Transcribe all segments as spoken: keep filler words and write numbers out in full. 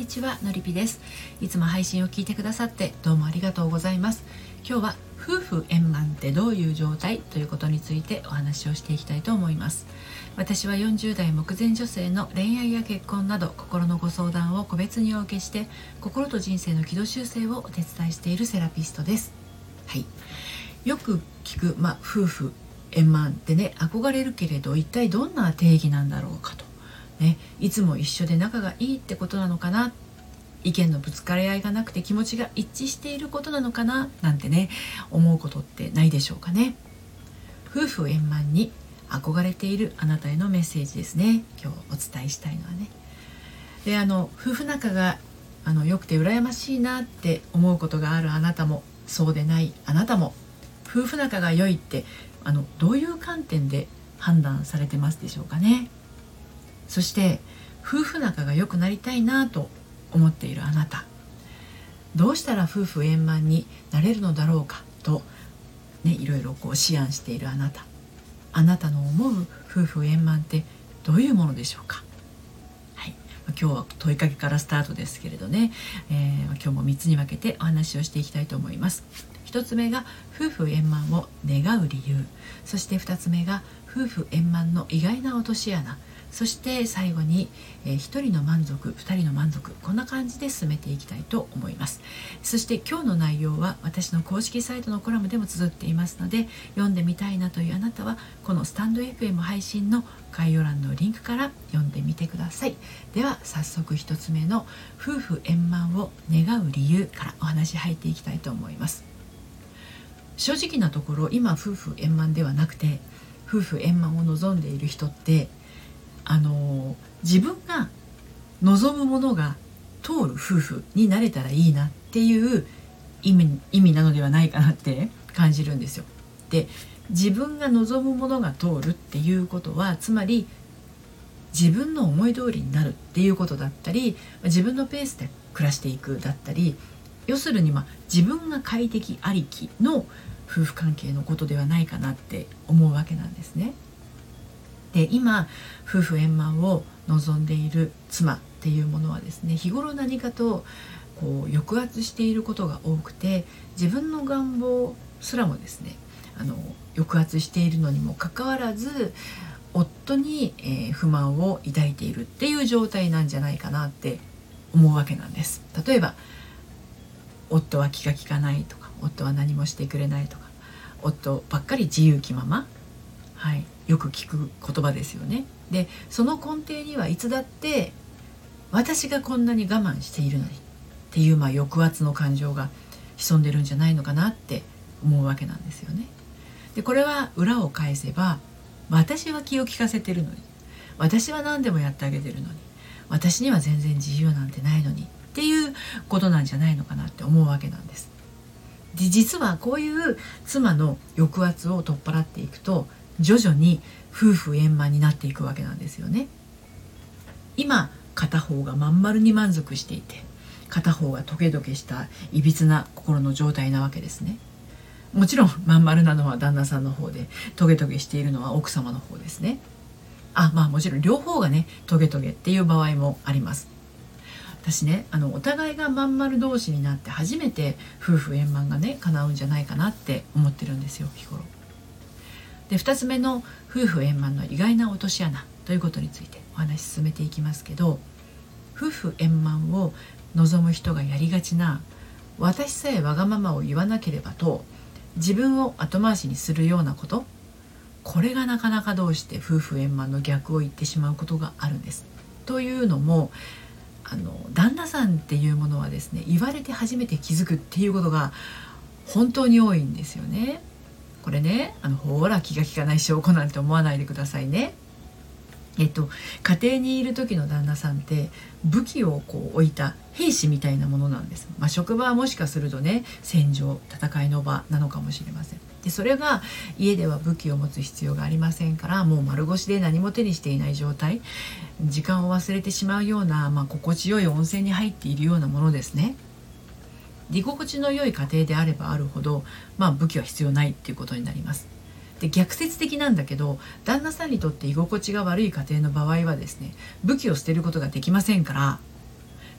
ちは、のりぴです。いつも配信を聞いてくださってどうもありがとうございます。今日は夫婦円満ってどういう状態ということについてお話をしていきたいと思います。私はよんじゅう代目前女性の恋愛や結婚など心のご相談を個別にお受けして、心と人生の軌道修正をお手伝いしているセラピストです。はい、よく聞く、まあ、夫婦円満ってね、憧れるけれど一体どんな定義なんだろうかと、ね、いつも一緒で仲がいいってことなのかな、意見のぶつかり合いがなくて気持ちが一致していることなのかななんてね、思うことってないでしょうかね。夫婦円満に憧れているあなたへのメッセージですね。今日お伝えしたいのはね、であの夫婦仲があの良くて羨ましいなって思うことがあるあなたも、そうでないあなたも、夫婦仲が良いってあのどういう観点で判断されてますでしょうかね。そして夫婦仲が良くなりたいなと思っているあなた、どうしたら夫婦円満になれるのだろうかと、ね、いろいろこう思案しているあなた、あなたの思う夫婦円満ってどういうものでしょうか。はい、今日は問いかけからスタートですけれどね、えー、今日もみっつに分けてお話をしていきたいと思います。ひとつめが夫婦円満を願う理由、そしてふたつめが夫婦円満の意外な落とし穴、そして最後に、えー、ひとりの満足、ふたりの満足、こんな感じで進めていきたいと思います。そして今日の内容は私の公式サイトのコラムでも綴っていますので、読んでみたいなというあなたはこのスタンド エフエム 配信の概要欄のリンクから読んでみてください。では早速ひとつめの夫婦円満を願う理由からお話入っていきたいと思います。正直なところ、今夫婦円満ではなくて夫婦円満を望んでいる人って、あの自分が望むものが通る夫婦になれたらいいなっていう意味、意味なのではないかなって感じるんですよ。で、自分が望むものが通るっていうことは、つまり自分の思い通りになるっていうことだったり、自分のペースで暮らしていくだったり、要するに、まあ、自分が快適ありきの夫婦関係のことではないかなって思うわけなんですね。で、今夫婦円満を望んでいる妻っていうものはですね、日頃何かとこう抑圧していることが多くて、自分の願望すらもですね、あの抑圧しているのにもかかわらず夫に、えー、不満を抱いているっていう状態なんじゃないかなって思うわけなんです。例えば夫は気が利かないとか、夫は何もしてくれないとか、夫ばっかり自由気まま、はい、よく聞く言葉ですよね。で、その根底にはいつだって私がこんなに我慢しているのにっていう、まあ、抑圧の感情が潜んでるんじゃないのかなって思うわけなんですよね。で、これは裏を返せば、私は気を利かせてるのに、私は何でもやってあげてるのに、私には全然自由なんてないのにっていうことなんじゃないのかなって思うわけなんです。で、実はこういう妻の抑圧を取っ払っていくと、徐々に夫婦円満になっていくわけなんですよね。今片方がまん丸に満足していて、片方がトゲトゲしたいびつな心の状態なわけですね。もちろんまん丸なのは旦那さんの方で、トゲトゲしているのは奥様の方ですね。あ、まあもちろん両方がねトゲトゲっていう場合もあります。私ね、あのお互いがまん丸同士になって初めて夫婦円満がね叶うんじゃないかなって思ってるんですよ、日頃。で、ふたつめの夫婦円満の意外な落とし穴ということについてお話し進めていきますけど、夫婦円満を望む人がやりがちな、私さえわがままを言わなければと自分を後回しにするようなこと、これがなかなかどうして夫婦円満の逆を言ってしまうことがあるんです。というのも、あの旦那さんっていうものはですね、言われて初めて気づくっていうことが本当に多いんですよね。これね、あのほら気が利かない証拠なんて思わないでくださいね。えっと家庭にいる時の旦那さんって武器をこう置いた兵士みたいなものなんです。まあ、職場はもしかするとね、戦場、戦いの場なのかもしれません。で、それが家では武器を持つ必要がありませんから、もう丸腰で何も手にしていない状態、時間を忘れてしまうような、まあ、心地よい温泉に入っているようなものですね。居心地の良い家庭であればあるほど、まあ、武器は必要ないっていうことになります。で、逆説的なんだけど、旦那さんにとって居心地が悪い家庭の場合はですね、武器を捨てることができませんから、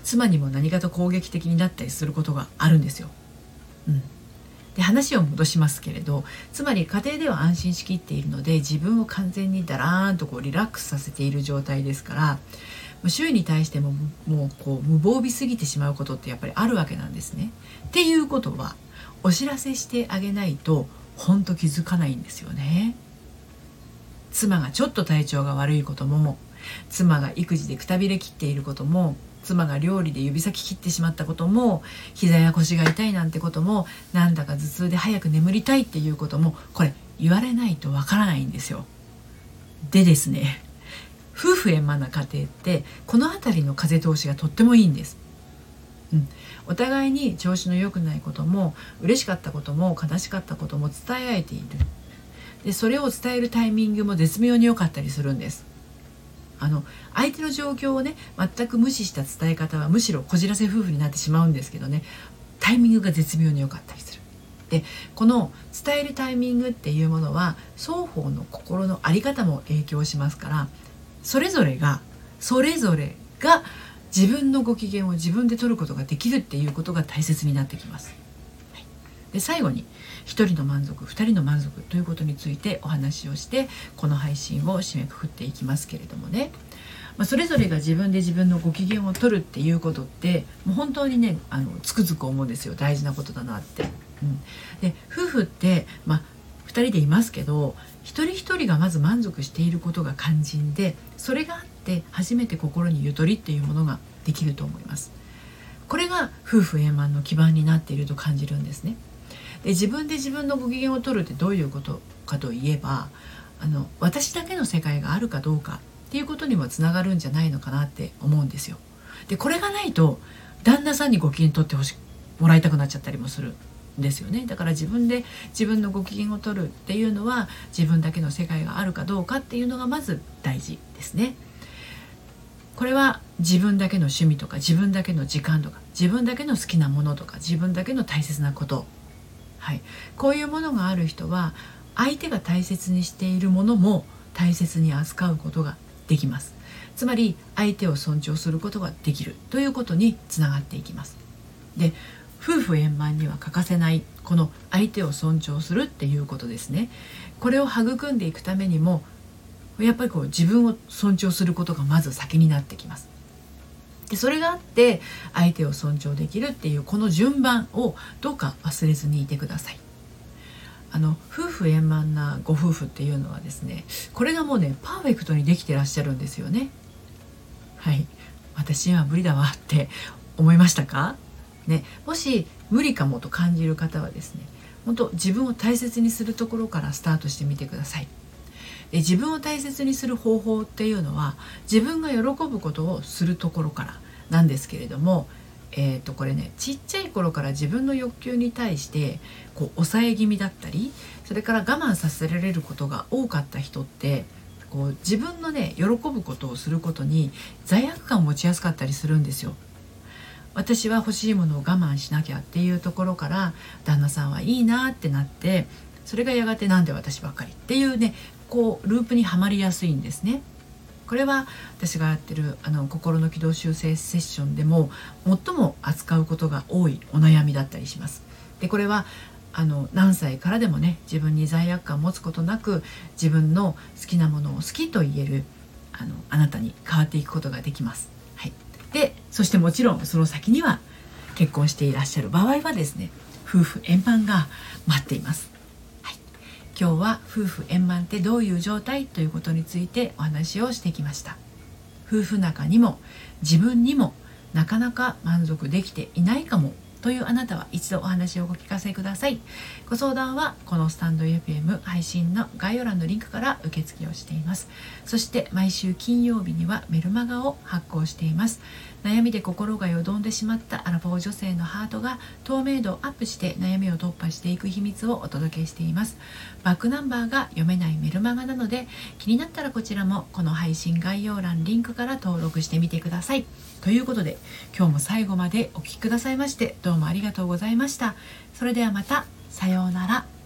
妻にも何かと攻撃的になったりすることがあるんですよ。うん、で話を戻しますけれど、つまり家庭では安心しきっているので、自分を完全にダラーンとこうリラックスさせている状態ですから、周囲に対してももうこう無防備すぎてしまうことってやっぱりあるわけなんですね。っていうことはお知らせしてあげないと本当気づかないんですよね。妻がちょっと体調が悪いことも、妻が育児でくたびれ切っていることも、妻が料理で指先切ってしまったことも、膝や腰が痛いなんてことも、なんだか頭痛で早く眠りたいっていうことも、これ言われないとわからないんですよ。でですね、夫婦円満な家庭ってこの辺りの風通しがとってもいいんです。うん、お互いに調子の良くないことも、嬉しかったことも悲しかったことも伝え合えている。でそれを伝えるタイミングも絶妙に良かったりするんです。あの相手の状況をね全く無視した伝え方はむしろこじらせ夫婦になってしまうんですけどね、タイミングが絶妙に良かったりする。でこの伝えるタイミングっていうものは双方の心の在り方も影響しますから、それぞれがそれぞれが自分のご機嫌を自分で取ることができるっていうことが大切になってきます。はい、で最後に一人の満足、二人の満足ということについてお話をして、この配信を締めくくっていきますけれどもね、まあ、それぞれが自分で自分のご機嫌を取るっていうことってもう本当にね、あのつくづく思うんですよ。大事なことだなって。うん、で夫婦ってまあふたりでいますけど、一人一人がまず満足していることが肝心で、それがあって初めて心にゆとりっていうものができると思います。これが夫婦円満の基盤になっていると感じるんですね。で自分で自分のご機嫌を取るってどういうことかといえば、あの私だけの世界があるかどうかっていうことにもつながるんじゃないのかなって思うんですよ。でこれがないと旦那さんにご機嫌取ってほしもらいたくなっちゃったりもするんですよね。だから自分で自分のご機嫌を取るっていうのは、自分だけの世界があるかどうかっていうのがまず大事ですね。これは自分だけの趣味とか、自分だけの時間とか、自分だけの好きなものとか、自分だけの大切なこと、はい、こういうものがある人は相手が大切にしているものも大切に扱うことができます。つまり相手を尊重することができるということにつながっていきます。で夫婦円満には欠かせないこの相手を尊重するっていうことですね。これを育んでいくためにもやっぱりこう自分を尊重することがまず先になってきます。でそれがあって相手を尊重できるっていうこの順番をどうか忘れずにいてください。あの夫婦円満なご夫婦っていうのはですね、これがもうねパーフェクトにできてらっしゃるんですよね。はい、私は無理だわって思いましたかね。もし無理かもと感じる方はですね、本当自分を大切にするところからスタートしてみてください。で自分を大切にする方法っていうのは自分が喜ぶことをするところからなんですけれども、えー、とこれねちっちゃい頃から自分の欲求に対してこう抑え気味だったり、それから我慢させられることが多かった人ってこう自分のね喜ぶことをすることに罪悪感を持ちやすかったりするんですよ。私は欲しいものを我慢しなきゃっていうところから旦那さんはいいなってなって、それがやがてなんで私ばっかりっていうねこうループにはまりやすいんですね。これは私がやってるあの心の軌道修正セッションでも最も扱うことが多いお悩みだったりします。でこれはあの何歳からでもね自分に罪悪感を持つことなく自分の好きなものを好きと言えるあのあなたに変わっていくことができます。はい、でそしてもちろんその先には結婚していらっしゃる場合はですね夫婦円満が待っています。今日は夫婦円満ってどういう状態ということについてお話をしてきました。夫婦仲にも自分にもなかなか満足できていないかもというあなたは一度お話をお聞かせください。ご相談はこのスタンド エフエム 配信の概要欄のリンクから受付をしています。そして毎週金曜日にはメルマガを発行しています。悩みで心がよどんでしまったアラフォー女性のハートが透明度をアップして悩みを突破していく秘密をお届けしています。バックナンバーが読めないメルマガなので気になったらこちらもこの配信概要欄リンクから登録してみてください。ということで今日も最後までお聞きくださいましてどうもありがとうございました。それではまた。さようなら。